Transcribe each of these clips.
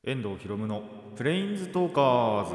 遠藤ひろむのプレインズトーカーズ。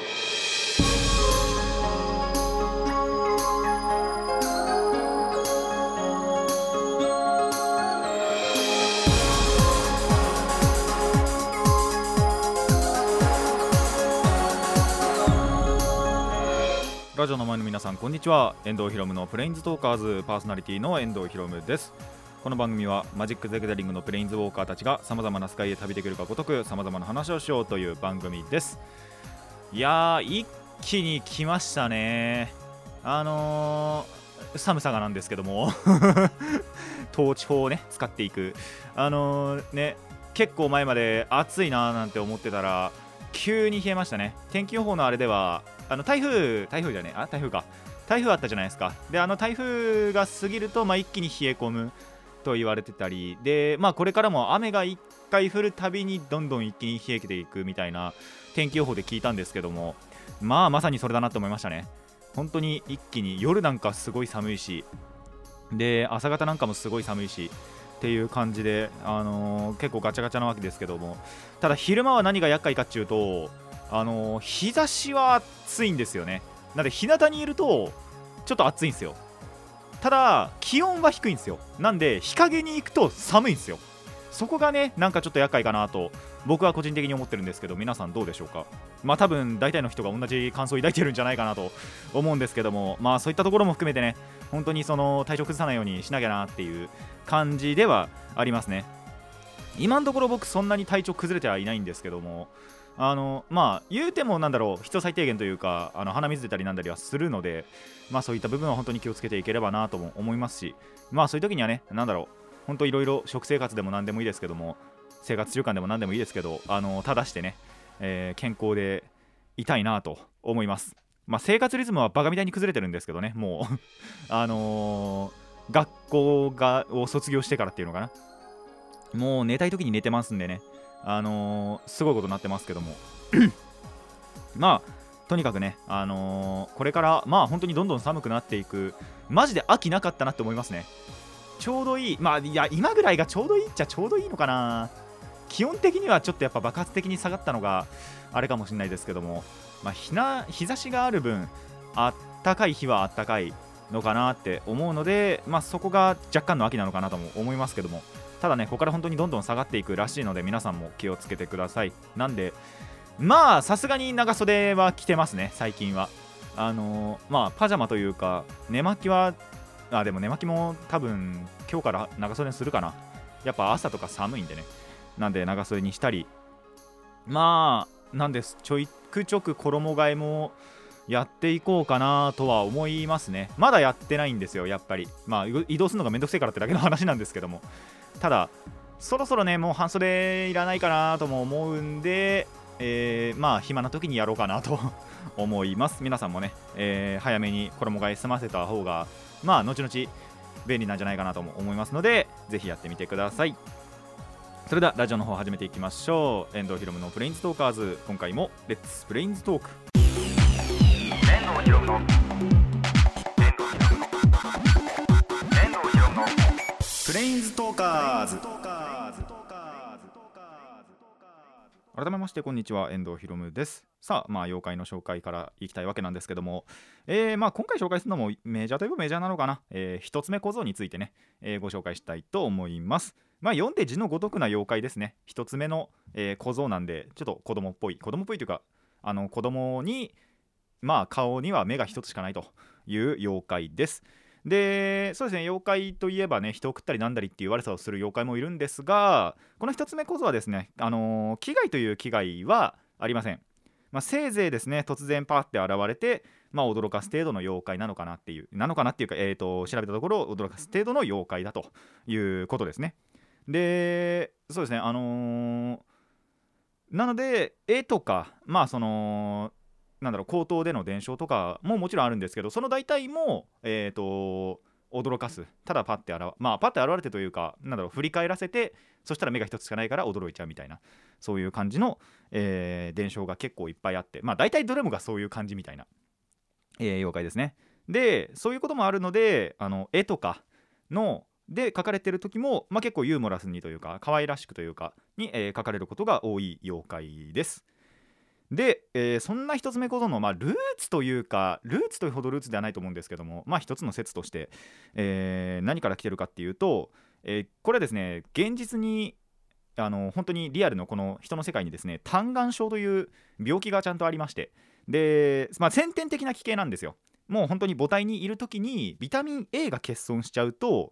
ラジオの前の皆さんこんにちは。遠藤ひろむのプレインズトーカーズパーソナリティの遠藤ひろむです。この番組はマジック・ザ・ギャザリングのプレインズウォーカーたちがさまざまなスカイへ旅できるかごとくさまざまな話をしようという番組です。いやー一気に来ましたね。寒さがなんですけども統治法をね使っていく結構前まで暑いなーなんて思ってたら急に冷えましたね。天気予報のあれでは台風あったじゃないですか。で台風が過ぎると一気に冷え込むと言われてたりで、これからも雨が1回降るたびにどんどん一気に冷えていくみたいな天気予報で聞いたんですけども、まさにそれだなと思いましたね。本当に一気に夜なんかすごい寒いし、で朝方なんかもすごい寒いしっていう感じで、結構ガチャガチャなわけですけども、ただ昼間は何が厄介かっていうと日差しは暑いんですよね。なので日向にいるとちょっと暑いんですよ。ただ気温は低いんですよ。なんで日陰に行くと寒いんですよ。そこがねなんかちょっと厄介かなと僕は個人的に思ってるんですけど、皆さんどうでしょうか。多分大体の人が同じ感想を抱いてるんじゃないかなと思うんですけども、そういったところも含めてね、本当にその体調崩さないようにしなきゃなっていう感じではありますね。今のところ僕そんなに体調崩れてはいないんですけども、言うても必要最低限というか鼻水出たりなんだりはするので、そういった部分は本当に気をつけていければなとも思いますし、そういう時にはね本当いろいろ食生活でも何でもいいですけども、生活習慣でも何でもいいですけど正してね、健康でいたいなと思います。生活リズムはバカみたいに崩れてるんですけどね、もう学校を卒業してからっていうのかな、もう寝たい時に寝てますんでね、すごいことになってますけどもとにかくね、これから本当にどんどん寒くなっていく。マジで秋なかったなって思いますね。ちょうどいい、いや今ぐらいがちょうどいいっちゃちょうどいいのかな。気温的にはちょっとやっぱ爆発的に下がったのがあれかもしれないですけども、日差しがある分あったかい日はあったかいのかなって思うので、そこが若干の秋なのかなとも思いますけども、ただねここから本当にどんどん下がっていくらしいので皆さんも気をつけてください。なんでさすがに長袖は着てますね最近は。パジャマというか寝巻きはでも寝巻きも多分今日から長袖にするかな。やっぱ朝とか寒いんでね、なんで長袖にしたり、なんですちょくちょく衣替えもやっていこうかなとは思いますね。まだやってないんですよやっぱり。移動するのがめんどくせえからってだけの話なんですけども、ただそろそろねもう半袖いらないかなとも思うんで、暇な時にやろうかなと思います。皆さんもね、早めに衣替え済ませた方が後々便利なんじゃないかなとも思いますので、ぜひやってみてください。それではラジオの方始めていきましょう。遠藤ひろむのプレインズトーカーズ、今回もレッツプレインズトーク。遠藤ひろむのプレインズトーカーズ。改めましてこんにちは、遠藤ひろむです。さあ妖怪の紹介からいきたいわけなんですけども、今回紹介するのもメジャーといえばメジャーなのかな。一つ目小僧についてね、ご紹介したいと思います。読んで字のごとくな妖怪ですね。一つ目の、小僧なんでちょっと子供っぽいというか子供に顔には目が一つしかないという妖怪です。でそうですね、妖怪といえばね人を食ったりなんだりっていう悪さをする妖怪もいるんですが、この一つ目小僧はですね危害という危害はありません。せいぜいですね突然パーって現れて驚かす程度の妖怪なのかなっていうか、調べたところ驚かす程度の妖怪だということですね。でそうですねなので絵とか口頭での伝承とかももちろんあるんですけど、その大体も驚かす、ただパッて現れてというか振り返らせて、そしたら目が一つしかないから驚いちゃうみたいな、そういう感じの、伝承が結構いっぱいあって、大体どれもがそういう感じみたいな、妖怪ですね。でそういうこともあるので絵とかので書かれてる時も、結構ユーモラスにというか可愛らしくというかに、書かれることが多い妖怪です。で、そんな一つ目小僧の、ルーツというか、ルーツというほどルーツではないと思うんですけども、一つの説として、何から来てるかっていうと、これはですね、現実に本当にリアルのこの人の世界にですね、単眼症という病気がちゃんとありまして、で、先天的な奇形なんですよ。もう本当に母体にいる時にビタミン A が欠損しちゃうと、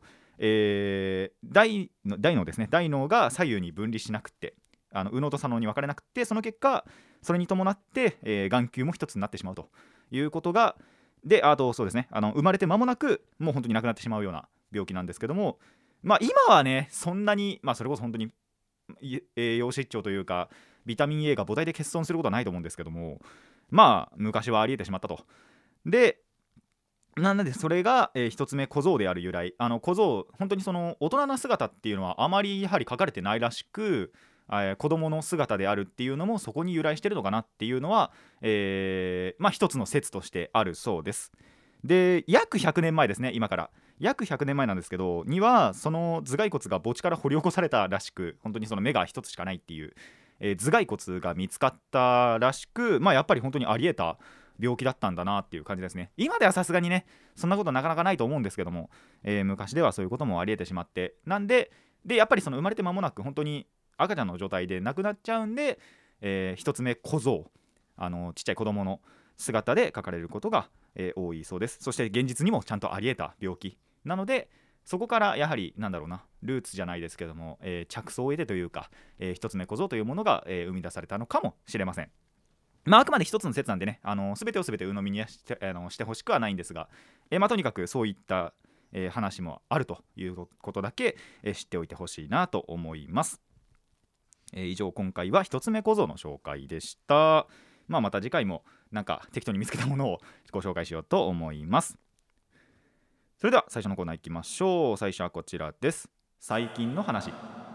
大脳ですね、大脳が左右に分離しなくって右脳と左脳に分かれなくって、その結果それに伴って、眼球も一つになってしまうということが、で、あとそうですね、生まれて間もなくもう本当に亡くなってしまうような病気なんですけども、今はねそんなに、それこそ本当に栄養失調というかビタミン A が母体で欠損することはないと思うんですけども、昔はありえてしまったと。でなのでそれが、一つ目小僧である由来、小僧本当にその大人な姿っていうのはあまりやはり書かれてないらしく、子供の姿であるっていうのもそこに由来してるのかなっていうのは、一つの説としてあるそうです。で約100年前ですね、今から約100年前なんですけどには、その頭蓋骨が墓地から掘り起こされたらしく、本当にその目が一つしかないっていう、頭蓋骨が見つかったらしく、やっぱり本当にありえた病気だったんだなっていう感じですね。今ではさすがにねそんなことなかなかないと思うんですけども、昔ではそういうこともありえてしまって、なんでやっぱりその生まれて間もなく本当に赤ちゃんの状態で亡くなっちゃうんで、一つ目小僧、ちっちゃい子供の姿で書かれることが、多いそうです。そして現実にもちゃんとありえた病気なので、そこからやはりルーツじゃないですけども、着想を得てというか、一つ目小僧というものが、生み出されたのかもしれません。あくまで一つの説なんでね、全てを全て鵜呑みにしてほしくはないんですが、とにかくそういった、話もあるということだけ、知っておいてほしいなと思います。以上、今回は一つ目小僧の紹介でした。また次回もなんか適当に見つけたものをご紹介しようと思います。それでは最初のコーナーいきましょう。最初はこちらです。最近の話。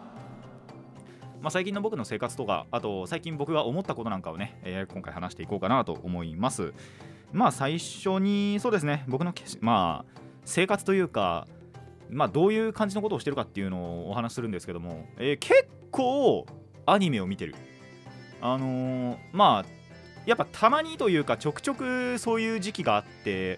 最近の僕の生活とか、あと最近僕が思ったことなんかをね、今回話していこうかなと思います。最初にそうですね、僕の生活というか、どういう感じのことをしてるかっていうのをお話しするんですけども、結構アニメを見てる。やっぱたまにというかちょくちょくそういう時期があって、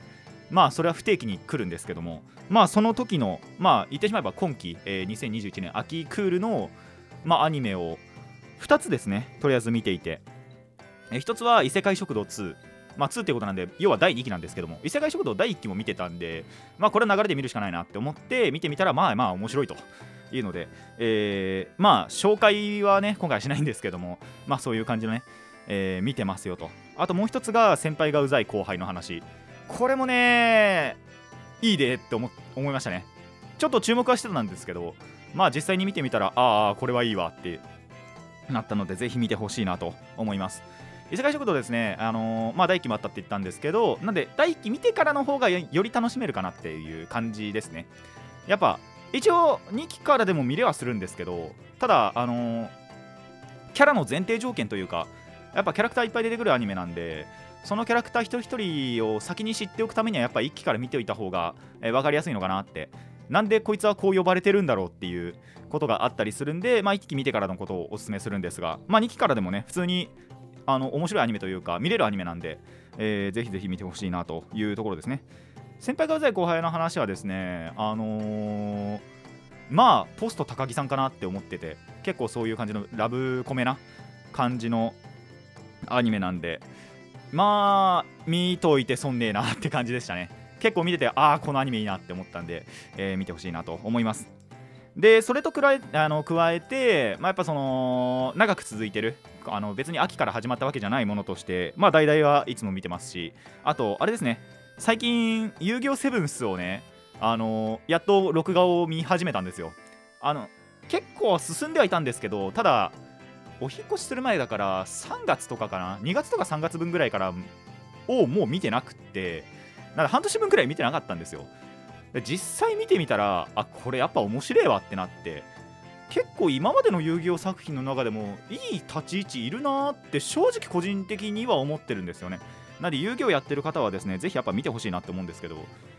それは不定期に来るんですけども、その時の言ってしまえば今期、2021年秋クールのアニメを2つですね、とりあえず見ていて、1つは異世界食堂2、2っていうことなんで要は第2期なんですけども、異世界食堂第1期も見てたんで、これは流れで見るしかないなって思って見てみたら面白いというので、紹介はね今回はしないんですけども、そういう感じのね、見てますよと。あともう一つが先輩がうざい後輩の話。これもねいいでって思いましたね。ちょっと注目はしてたんですけど、実際に見てみたらこれはいいわってなったので、ぜひ見てほしいなと思います。異世界食堂ですね、第1期もあったって言ったんですけど、なんで第1期見てからの方がより楽しめるかなっていう感じですね。やっぱ一応2期からでも見れはするんですけど、ただキャラの前提条件というか、やっぱキャラクターいっぱい出てくるアニメなんで、そのキャラクター一人一人を先に知っておくためにはやっぱ1期から見ておいた方が、分かりやすいのかなって、なんでこいつはこう呼ばれてるんだろうっていうことがあったりするんで、1期見てからのことをお勧めするんですが、2期からでもね普通に面白いアニメというか見れるアニメなんで、ぜひぜひ見てほしいなというところですね。先輩がうざい後輩の話はですね、ポスト高木さんかなって思ってて、結構そういう感じのラブコメな感じのアニメなんで、見といて損ねえなって感じでしたね。結構見ててこのアニメいいなって思ったんで、見てほしいなと思います。でそれと加えて、やっぱその長く続いてる別に秋から始まったわけじゃないものとして、代々はいつも見てますし、あとあれですね、最近遊戯王セブンスをねやっと録画を見始めたんですよ。結構進んではいたんですけど、ただお引っ越しする前だから3月とかかな、2月とか3月分ぐらいからをもう見てなくって、なんか半年分くらい見てなかったんですよ。で実際見てみたらこれやっぱ面白いわってなって、結構今までの遊戯王作品の中でもいい立ち位置いるなーって正直個人的には思ってるんですよね。なんで遊戯王やってる方はですね、ぜひやっぱ見てほしいなって思うんですけど、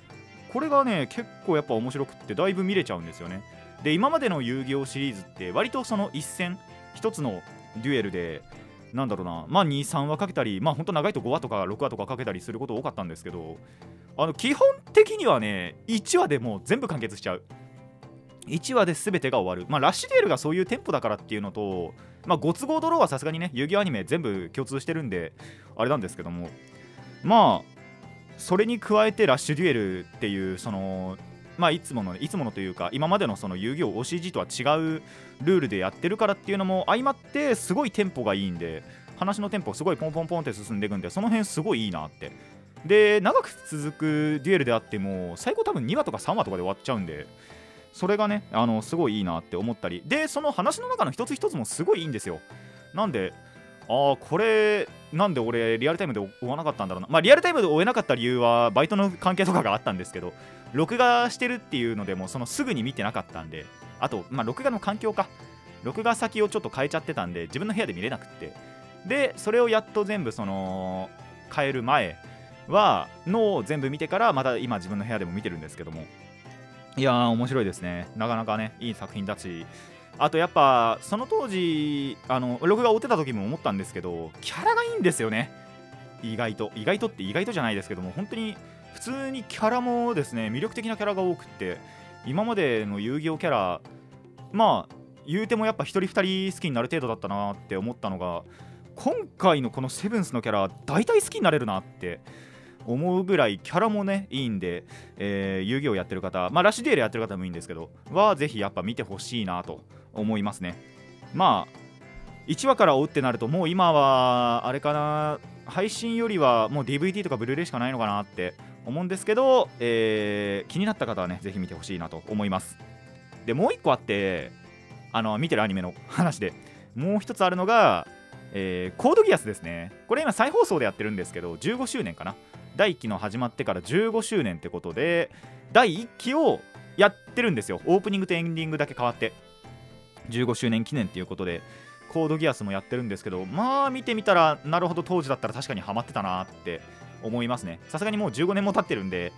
これがね結構やっぱ面白くってだいぶ見れちゃうんですよね。で今までの遊戯王シリーズって割とその一つのデュエルでなんだろうな、まあ2、3話かけたり、まあほんと長いと5話とか6話とかかけたりすること多かったんですけど、基本的にはね1話でもう全部完結しちゃう。1話で全てが終わる。まあラッシュデールがそういうテンポだからっていうのと、まあご都合ドローはさすがにね遊戯王アニメ全部共通してるんであれなんですけども、まあそれに加えてラッシュデュエルっていうそのまあいつものというか今までのその遊戯王 OCG とは違うルールでやってるからっていうのも相まってすごいテンポがいいんで、話のテンポすごいポンポンポンって進んでいくんで、その辺すごいいいなって。で長く続くデュエルであっても最高多分2話とか3話とかで終わっちゃうんで、それがねすごいいいなって思ったりで、その話の中の一つ一つもすごいいいんですよ。なんでこれなんで俺リアルタイムで追わなかったんだろうな。まあリアルタイムで追えなかった理由はバイトの関係とかがあったんですけど、録画してるっていうのでもそのすぐに見てなかったんで、あとまあ録画の環境か、録画先をちょっと変えちゃってたんで自分の部屋で見れなくって、でそれをやっと全部その変える前はのを全部見てからまた今自分の部屋でも見てるんですけども、いやー面白いですね。なかなかねいい作品だし、あとやっぱその当時録画を追ってた時も思ったんですけど、キャラがいいんですよね。意外とって意外とじゃないですけども、本当に普通にキャラもですね魅力的なキャラが多くって、今までの遊戯王キャラまあ言うてもやっぱ1人2人好きになる程度だったなって思ったのが、今回のこのセブンスのキャラ大体好きになれるなって思うぐらいキャラもねいいんで、遊戯王やってる方、まあラッシュデュエルやってる方もいいんですけどはぜひやっぱ見てほしいなと思いますね。まあ1話から追うってなるともう今はあれかな、配信よりはもう DVD とかブルーレイしかないのかなって思うんですけど、気になった方はねぜひ見てほしいなと思います。でもう1個あって、見てるアニメの話でもう一つあるのが、コードギアスですね。これ今再放送でやってるんですけど15周年かな、第1期の始まってから15周年ってことで第1期をやってるんですよ。オープニングとエンディングだけ変わって15周年記念っていうことでコードギアスもやってるんですけど、まあ見てみたらなるほど当時だったら確かにハマってたなって思いますね。さすがにもう15年も経ってるんで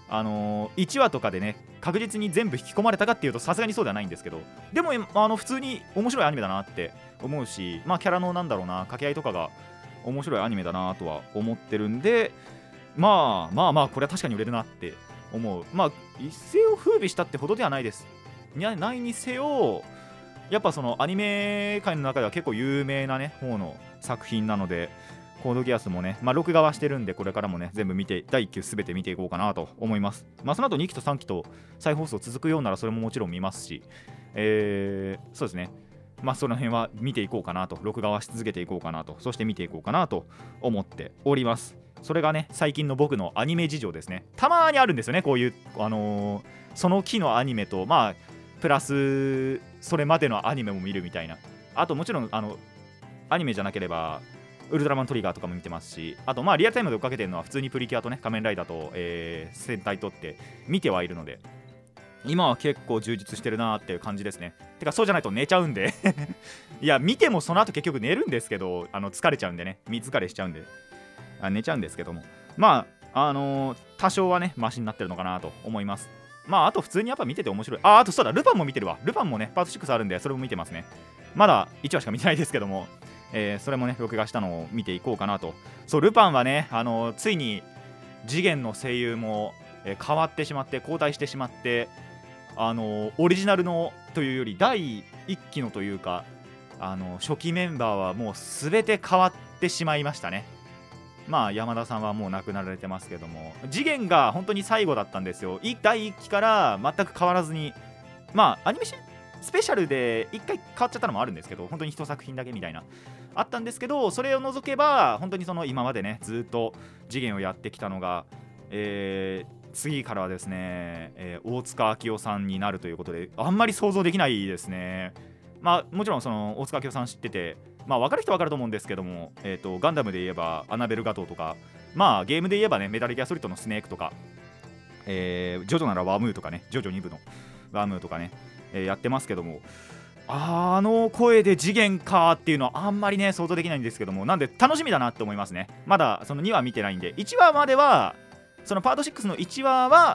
1話とかでね確実に全部引き込まれたかっていうとさすがにそうではないんですけど、でも普通に面白いアニメだなって思うし、まあキャラのなんだろうな掛け合いとかが面白いアニメだなとは思ってるんで、まあこれは確かに売れるなって思う。まあ一世を風靡したってほどではないですないにせよ、やっぱそのアニメ界の中では結構有名なね方の作品なので、コードギアスもね、まあ、録画はしてるんでこれからもね全部見て第1期すべて見ていこうかなと思います。まあその後2期と3期と再放送続くようならそれももちろん見ますし、そうですね、まあその辺は見ていこうかなと、録画はし続けていこうかなと、そして見ていこうかなと思っております。それがね最近の僕のアニメ事情ですね。たまにあるんですよねこういうその期のアニメとまあプラスそれまでのアニメも見るみたいな。あともちろんアニメじゃなければウルトラマントリガーとかも見てますし、あとまあリアルタイムで追っかけてるのは普通にプリキュアとね仮面ライダーと、戦隊とって見てはいるので、今は結構充実してるなーっていう感じですね。てかそうじゃないと寝ちゃうんでいや見てもその後結局寝るんですけど疲れちゃうんでね、見疲れしちゃうんで寝ちゃうんですけども、まあ多少はねマシになってるのかなと思います。まああと普通にやっぱ見てて面白い。あとそうだ、ルパンも見てるわ。ルパンもねパート6あるんでそれも見てますね。まだ1話しか見てないですけども、それもね録画したのを見ていこうかなと。そうルパンはねついに次元の声優も、変わってしまって交代してしまって、オリジナルのというより第1期のというか初期メンバーはもう全て変わってしまいましたね。まあ山田さんはもう亡くなられてますけども、次元が本当に最後だったんですよ。第1期から全く変わらずに、まあアニメスペシャルで1回変わっちゃったのもあるんですけど、本当に1作品だけみたいなあったんですけど、それを除けば本当にその今までねずっと次元をやってきたのが、次からはですね、大塚明夫さんになるということであんまり想像できないですね。まあもちろんその大塚明夫さん知ってて、まあ分かる人は分かると思うんですけども、ガンダムで言えばアナベルガトーとか、まあゲームで言えばねメタルギアソリッドのスネークとか、ジョジョならワムーとかね、ジョジョ2部のワムーとかね、やってますけども、声で次元かっていうのはあんまりね想像できないんですけども、なんで楽しみだなって思いますね。まだその2話見てないんで、1話まではそのパート6の1話は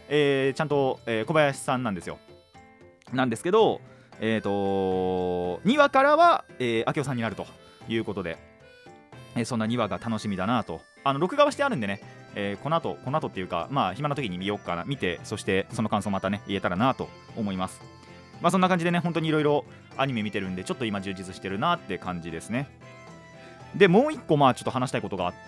ちゃんと、小林さんなんですよ。なんですけど、2話からは、明夫さんになるということで、そんな2話が楽しみだなと。録画はしてあるんでね、この後っていうか、まあ暇な時に見ようかな、見て、そしてその感想またね言えたらなと思います。まあそんな感じでね、本当にいろいろアニメ見てるんで、ちょっと今充実してるなって感じですね。でもう一個まあちょっと話したいことがあって、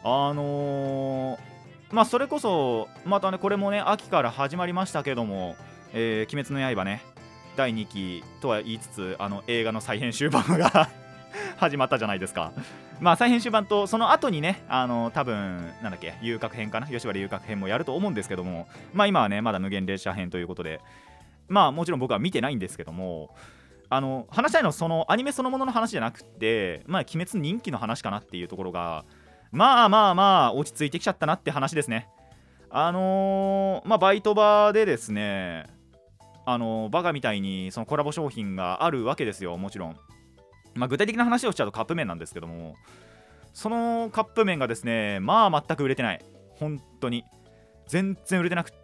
まあそれこそまたね、これもね秋から始まりましたけども、鬼滅の刃ね第2期とは言いつつ、映画の再編集版が始まったじゃないですか。まあ再編集版とその後にね、多分なんだっけ、遊郭編かな、吉原遊郭編もやると思うんですけども、まあ今はねまだ無限列車編ということで、まあもちろん僕は見てないんですけども、話したいのはそのアニメそのものの話じゃなくて、まあ鬼滅人気の話かなっていうところが、まあ落ち着いてきちゃったなって話ですね。まあバイト場でですね、バカみたいにそのコラボ商品があるわけですよ。もちろん、まあ、具体的な話をしちゃうとカップ麺なんですけども、そのカップ麺がですね、まあ全く売れてない。本当に全然売れてなくって、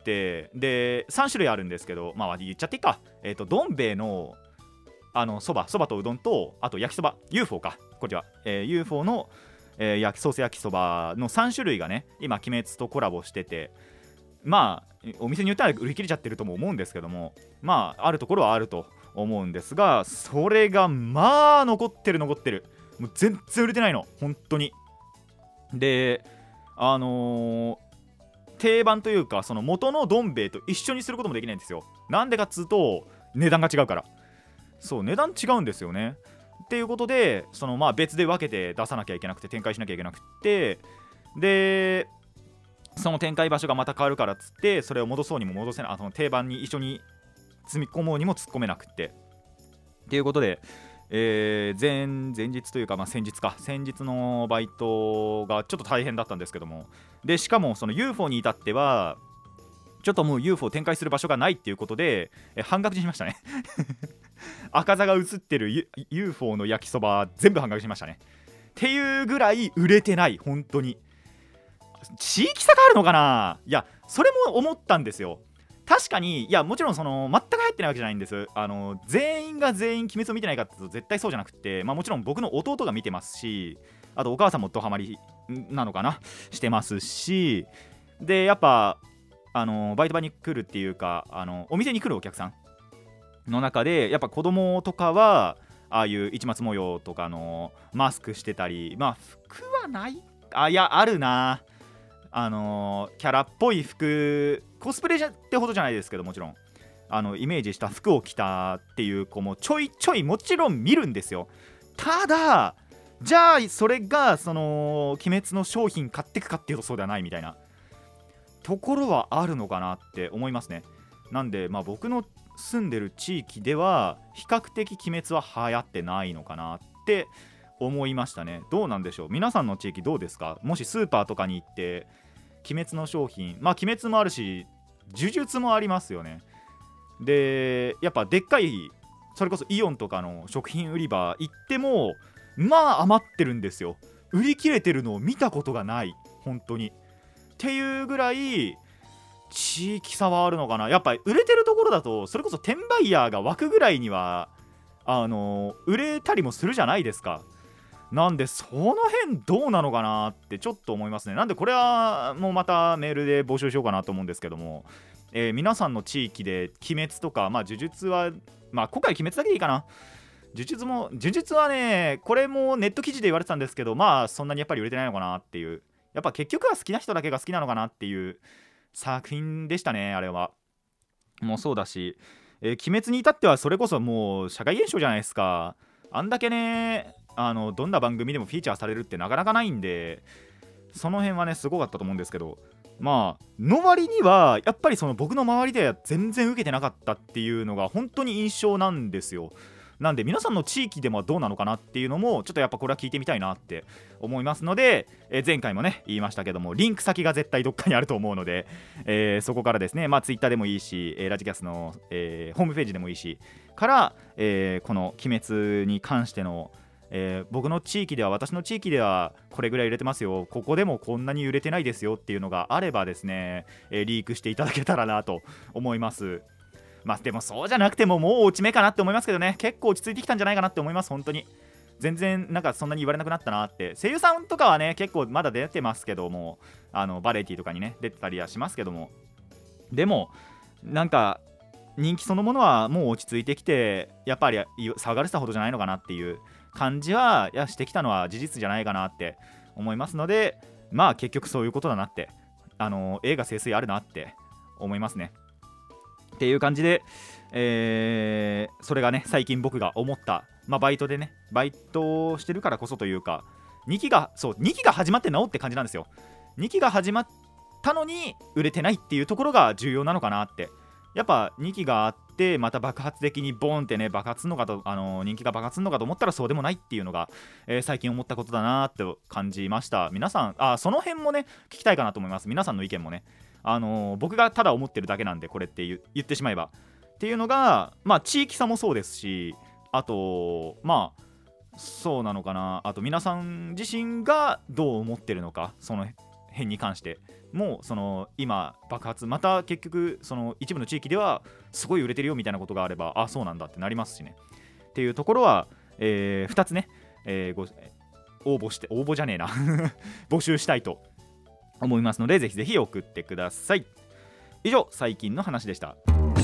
で3種類あるんですけど、まあ言っちゃっていいか。どん兵衛のそばとうどんと、あと焼きそば UFO か、こちら、UFO の、ソース焼きそばの3種類がね今鬼滅とコラボしてて、まあお店によっては売り切れちゃってるとも思うんですけども、まああるところはあると思うんですが、それがまあ残ってる、もう全然売れてないの本当に。で定番というか、その元のどん兵衛と一緒にすることもできないんですよ。なんでかっつうと値段が違うから。そう、値段違うんですよね。っていうことで、そのまあ別で分けて出さなきゃいけなくて、展開しなきゃいけなくて、でその展開場所がまた変わるからっつって、それを戻そうにも戻せない、その定番に一緒に積み込もうにも突っ込めなくってっていうことで、前日というか、まあ、先日のバイトがちょっと大変だったんですけども、でしかもその UFO に至ってはちょっともう UFO を展開する場所がないっていうことで、半額にしましたね。赤座が映ってる UFO の焼きそば全部半額しましたね。っていうぐらい売れてない。本当に地域差があるのかな。いやそれも思ったんですよ。確かに、いやもちろんその全く入ってないわけじゃないんです。全員が全員鬼滅を見てないかっていうと絶対そうじゃなくて、まあもちろん僕の弟が見てますし、あとお母さんもドハマりなのかなしてますし、でやっぱバイト場に来るっていうか、お店に来るお客さんの中でやっぱ子供とかはああいう市松模様とかのマスクしてたり、まあ服はない、いやあるな、キャラっぽい服、コスプレってほどじゃないですけど、もちろんイメージした服を着たっていう子もちょいちょいもちろん見るんですよ。ただじゃあそれがその鬼滅の商品買ってくかっていうとそうではないみたいなところはあるのかなって思いますね。なんでまあ僕の住んでる地域では比較的鬼滅は流行ってないのかなって思いましたね。どうなんでしょう、皆さんの地域どうですか。もしスーパーとかに行って鬼滅の商品、まあ鬼滅もあるし呪術もありますよね。でやっぱでっかいそれこそイオンとかの食品売り場行ってもまあ余ってるんですよ。売り切れてるのを見たことがない本当にっていうぐらい地域差はあるのかな。やっぱり売れてるところだとそれこそ転売ヤーが湧くぐらいには売れたりもするじゃないですか。なんでその辺どうなのかなってちょっと思いますね。なんでこれはもうまたメールで募集しようかなと思うんですけども、皆さんの地域で鬼滅とか、まあ呪術はまあ今回鬼滅だけでいいかな。呪術はね、これもネット記事で言われてたんですけど、まあそんなにやっぱり売れてないのかなっていう、やっぱ結局は好きな人だけが好きなのかなっていう作品でしたね。あれはもうそうだし、鬼滅に至ってはそれこそもう社会現象じゃないですか。あんだけねどんな番組でもフィーチャーされるってなかなかないんで、その辺はねすごかったと思うんですけど、まあの割にはやっぱりその僕の周りでは全然受けてなかったっていうのが本当に印象なんですよ。なんで皆さんの地域でもどうなのかなっていうのもちょっとやっぱこれは聞いてみたいなって思いますので、前回もね言いましたけどもリンク先が絶対どっかにあると思うので、そこからですね、まあ Twitter でもいいし、ラジキャスの、ホームページでもいいしから、この鬼滅に関しての僕の地域では、私の地域ではこれぐらい売れてますよ、ここでもこんなに売れてないですよっていうのがあればですね、リークしていただけたらなと思います。まあでもそうじゃなくてももう落ち目かなって思いますけどね。結構落ち着いてきたんじゃないかなって思います。本当に全然なんかそんなに言われなくなったなって。声優さんとかはね結構まだ出てますけども、バラエティとかにね出てたりはしますけども、でもなんか人気そのものはもう落ち着いてきて、やっぱり騒がれてたほどじゃないのかなっていう感じはしてきたのは事実じゃないかなって思いますので、まあ結局そういうことだなって、映画清水あるなって思いますねっていう感じで、それがね最近僕が思った、バイトでねバイトしてるからこそというか、2期が始まって治って感じなんですよ。2期が始まったのに売れてないっていうところが重要なのかなって。やっぱ2期があってまた爆発的にボーンってね爆発するのかと、人気が爆発するのかと思ったらそうでもないっていうのが、最近思ったことだなって感じました。皆さんその辺もね聞きたいかなと思います。皆さんの意見もね、僕がただ思ってるだけなんでこれって言ってしまえばっていうのが、地域差もそうですし、あとそうなのかな、あと皆さん自身がどう思ってるのか、その辺に関してもうその今爆発また結局その一部の地域ではすごい売れてるよみたいなことがあれば、そうなんだってなりますしねっていうところは、2つね、応募じゃねえな募集したいと思いますので、ぜひぜひ送ってください。以上最近の話でした。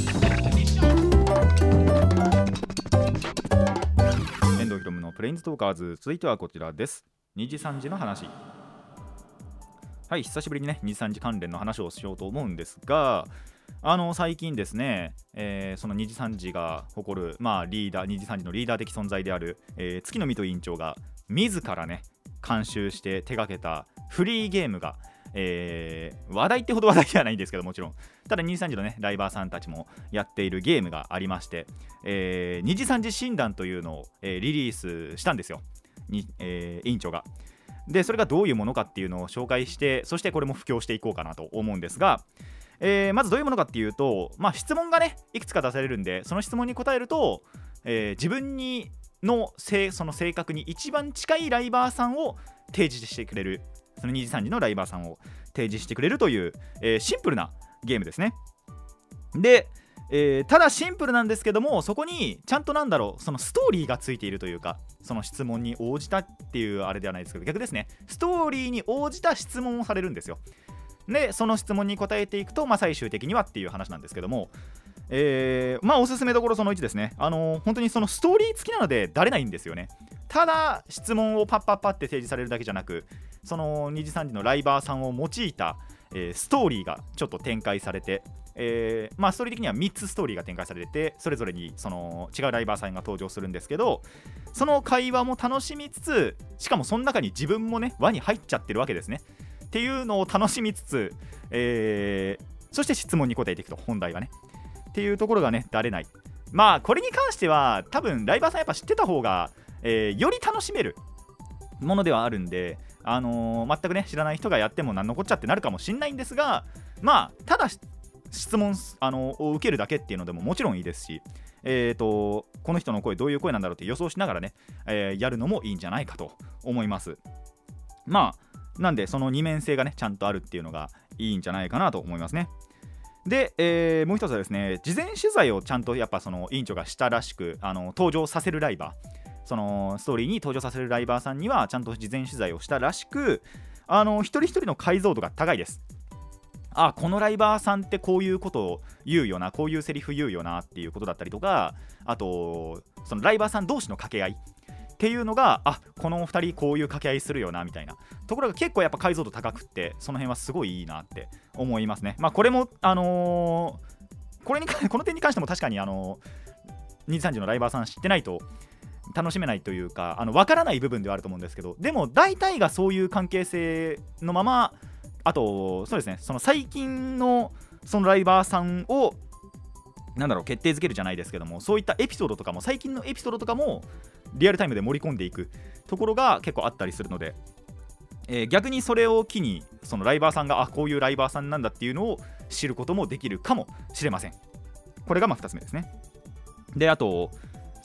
遠藤ひろむのプレインズトーカーズ、続いてはこちらです。2時3時の話。はい、久しぶりにね2時3時関連の話をしようと思うんですが、最近ですね、その2時3時が誇る、リーダー、2時3時のリーダー的存在である、月野水戸委員長が自らね監修して手掛けたフリーゲームが、話題ってほど話題ではないんですけど、もちろんただ2時3時のねライバーさんたちもやっているゲームがありまして、2時3時診断というのを、リリースしたんですよ、委員長が。でそれがどういうものかっていうのを紹介して、そしてこれも布教していこうかなと思うんですが、まずどういうものかっていうと、質問がねいくつか出されるんで、その質問に答えると、自分のその性格に一番近いライバーさんを提示してくれる、その2時3時のライバーさんを提示してくれるという、シンプルなゲームですね。で、ただシンプルなんですけども、そこにちゃんとそのストーリーがついているというか、その質問に応じたっていうあれではないですけど、逆ですね、ストーリーに応じた質問をされるんですよ。でその質問に答えていくと、最終的にはっていう話なんですけども、おすすめどころその1ですね。本当にそのストーリー付きなのでだれないんですよね。ただ質問をパッって提示されるだけじゃなく、その2時3時のライバーさんを用いた、ストーリーがちょっと展開されて、ストーリー的には3つストーリーが展開されて、それぞれにその違うライバーさんが登場するんですけど、その会話も楽しみつつ、しかもその中に自分もね輪に入っちゃってるわけですねっていうのを楽しみつつ、そして質問に答えていくと、本題がねっていうところがねだれない。これに関しては多分ライバーさんやっぱ知ってた方が、より楽しめるものではあるんで、全くね知らない人がやっても何のこっちゃってなるかもしんないんですが、ただ質問を受けるだけっていうのでももちろんいいですし、この人の声どういう声なんだろうって予想しながらね、やるのもいいんじゃないかと思います。なんでその二面性がねちゃんとあるっていうのがいいんじゃないかなと思いますね。で、もう一つはですね、事前取材をちゃんとやっぱその委員長がしたらしく、登場させるライバー、そのストーリーに登場させるライバーさんにはちゃんと事前取材をしたらしく、一人一人の解像度が高いです。このライバーさんってこういうことを言うよな、こういうセリフ言うよなっていうことだったりとか、あとそのライバーさん同士の掛け合いっていうのが、この2人こういう掛け合いするよなみたいなところが結構やっぱ解像度高くって、その辺はすごいいいなって思いますね。これもこの点に関しても確かに2時3時のライバーさん知ってないと楽しめないというか、分からない部分ではあると思うんですけど、でも大体がそういう関係性のまま、あとそうですね、その最近のそのライバーさんを決定づけるじゃないですけども、そういったエピソードとかも、最近のエピソードとかもリアルタイムで盛り込んでいくところが結構あったりするので、逆にそれを機にそのライバーさんがこういうライバーさんなんだっていうのを知ることもできるかもしれません。これが2つ目ですね。で、あと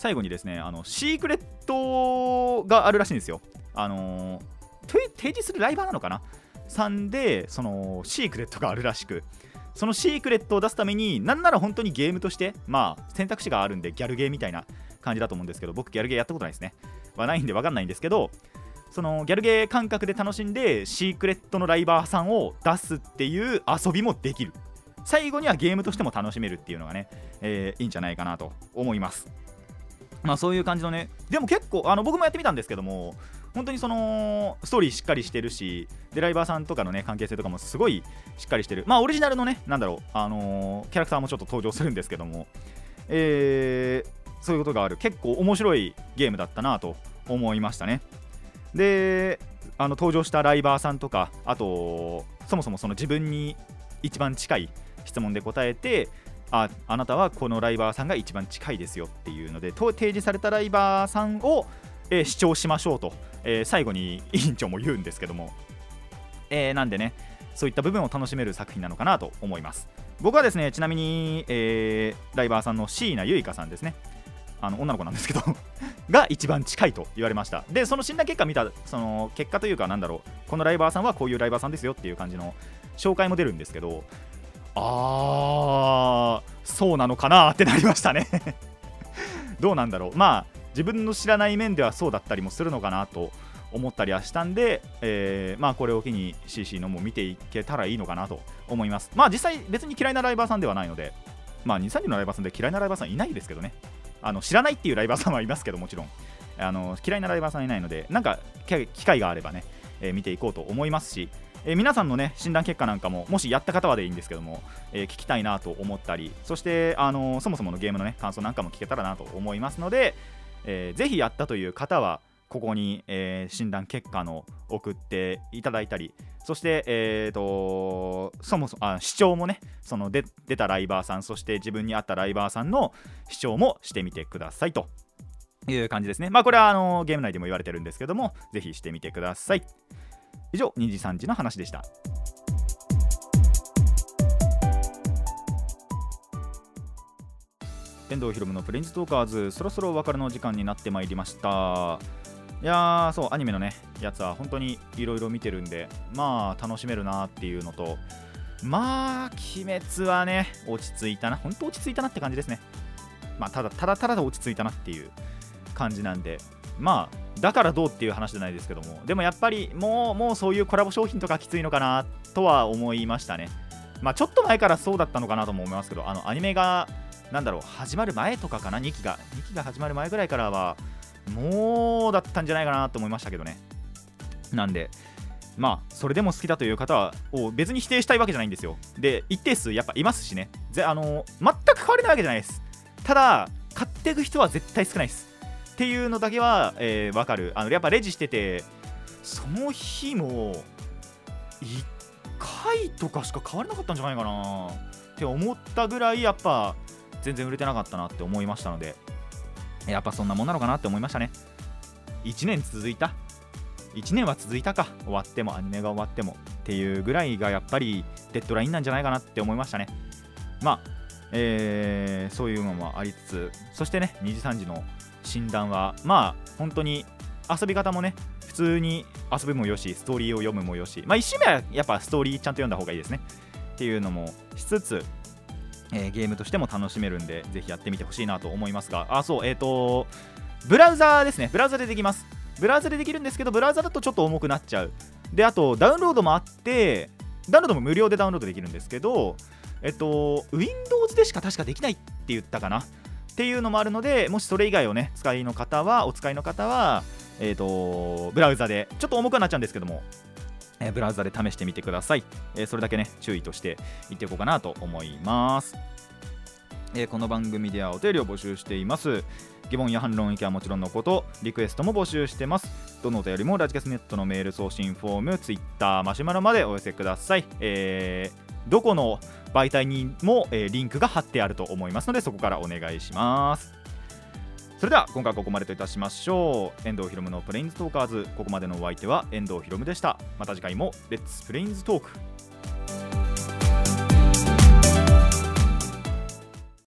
最後にですねシークレットがあるらしいんですよ。提示するライバーなのかなさんでそのシークレットがあるらしく、そのシークレットを出すためになんなら本当にゲームとして選択肢があるんでギャルゲーみたいな感じだと思うんですけど、僕ギャルゲーやったことないですね。ないんで分かんないんですけど、そのギャルゲー感覚で楽しんでシークレットのライバーさんを出すっていう遊びもできる。最後にはゲームとしても楽しめるっていうのがね、いいんじゃないかなと思います。そういう感じのね、でも結構僕もやってみたんですけども、本当にそのストーリーしっかりしてるし、でライバーさんとかのね関係性とかもすごいしっかりしてる。オリジナルのねキャラクターもちょっと登場するんですけども、そういうことがある結構面白いゲームだったなと思いましたね。で登場したライバーさんとか、あとそもそもその自分に一番近い質問で答えて、あなたはこのライバーさんが一番近いですよっていうので提示されたライバーさんを、視聴しましょうと、最後に委員長も言うんですけども、なんでねそういった部分を楽しめる作品なのかなと思います。僕はですねちなみに、ライバーさんの椎名結花さんですね、女の子なんですけどが一番近いと言われました。でその診断結果見たその結果というかこのライバーさんはこういうライバーさんですよっていう感じの紹介も出るんですけど、そうなのかなってなりましたねどうなんだろう。自分の知らない面ではそうだったりもするのかなと思ったりはしたんで、これを機に CC のも見ていけたらいいのかなと思います。実際別に嫌いなライバーさんではないので、2、3人のライバーさんで嫌いなライバーさんいないですけどね。知らないっていうライバーさんはいますけど、もちろん嫌いなライバーさんいないので、なんか機会があればね、見ていこうと思いますし、皆さんのね診断結果なんかももしやった方はでいいんですけども、聞きたいなと思ったり、そしてそもそものゲームのね感想なんかも聞けたらなと思いますので、ぜひやったという方はここに、診断結果の送っていただいたり、そして、そもそも視聴もねその出たライバーさん、そして自分に合ったライバーさんの視聴もしてみてくださいという感じですね。これはゲーム内でも言われてるんですけども、ぜひしてみてください。以上2時3時の話でした。遠藤ひろむのプレインズトーカーズ、そろそろお別れの時間になってまいりました。いやそうアニメのねやつは本当にいろいろ見てるんで、楽しめるなっていうのと、鬼滅はね落ち着いたな、本当落ち着いたなって感じですね。ただ落ち着いたなっていう感じなんで、だからどうっていう話じゃないですけども、でもやっぱりもうそういうコラボ商品とかきついのかなとは思いましたね。ちょっと前からそうだったのかなとも思いますけど、アニメが始まる前とかかな、2期が始まる前ぐらいからはもうだったんじゃないかなと思いましたけどね。なんでそれでも好きだという方は別に否定したいわけじゃないんですよ。で一定数やっぱいますしね、全く変われないわけじゃないです。ただ買っていく人は絶対少ないですっていうのだけはわかる。やっぱレジしててその日も1回とかしか買われなかったんじゃないかなって思ったぐらい、やっぱ全然売れてなかったなって思いましたので、やっぱそんなもんなのかなって思いましたね。1年は続いたか、終わってもアニメが終わってもっていうぐらいがやっぱりデッドラインなんじゃないかなって思いましたね。そういうのもありつつ、そしてね2時3時の診断は本当に遊び方もね普通に遊ぶもよし、ストーリーを読むもよし、1周目はやっぱストーリーちゃんと読んだ方がいいですねっていうのもしつつ、ゲームとしても楽しめるんでぜひやってみてほしいなと思いますが、ブラウザーですね。ブラウザでできます。ブラウザでできるんですけど、ブラウザだとちょっと重くなっちゃう。であとダウンロードもあって、ダウンロードも無料でダウンロードできるんですけど、Windows でしか確かできないって言ったかなっていうのもあるので、もしそれ以外をねお使いの方はブラウザでちょっと重くはなっちゃうんですけども、ブラウザで試してみてください。それだけね注意として言っていこうかなと思います。この番組ではお便りを募集しています。疑問や反論意見はもちろんのこと、リクエストも募集してます。どのお便りもラジキャスネットのメール送信フォーム、Twitter、マシュマロまでお寄せください。どこの媒体にも、リンクが貼ってあると思いますので、そこからお願いします。それでは今回はここまでといたしましょう。遠藤ひろむのプレインズトーカーズ、ここまでのお相手は遠藤ひろむでした。また次回もレッツプレインズトーク。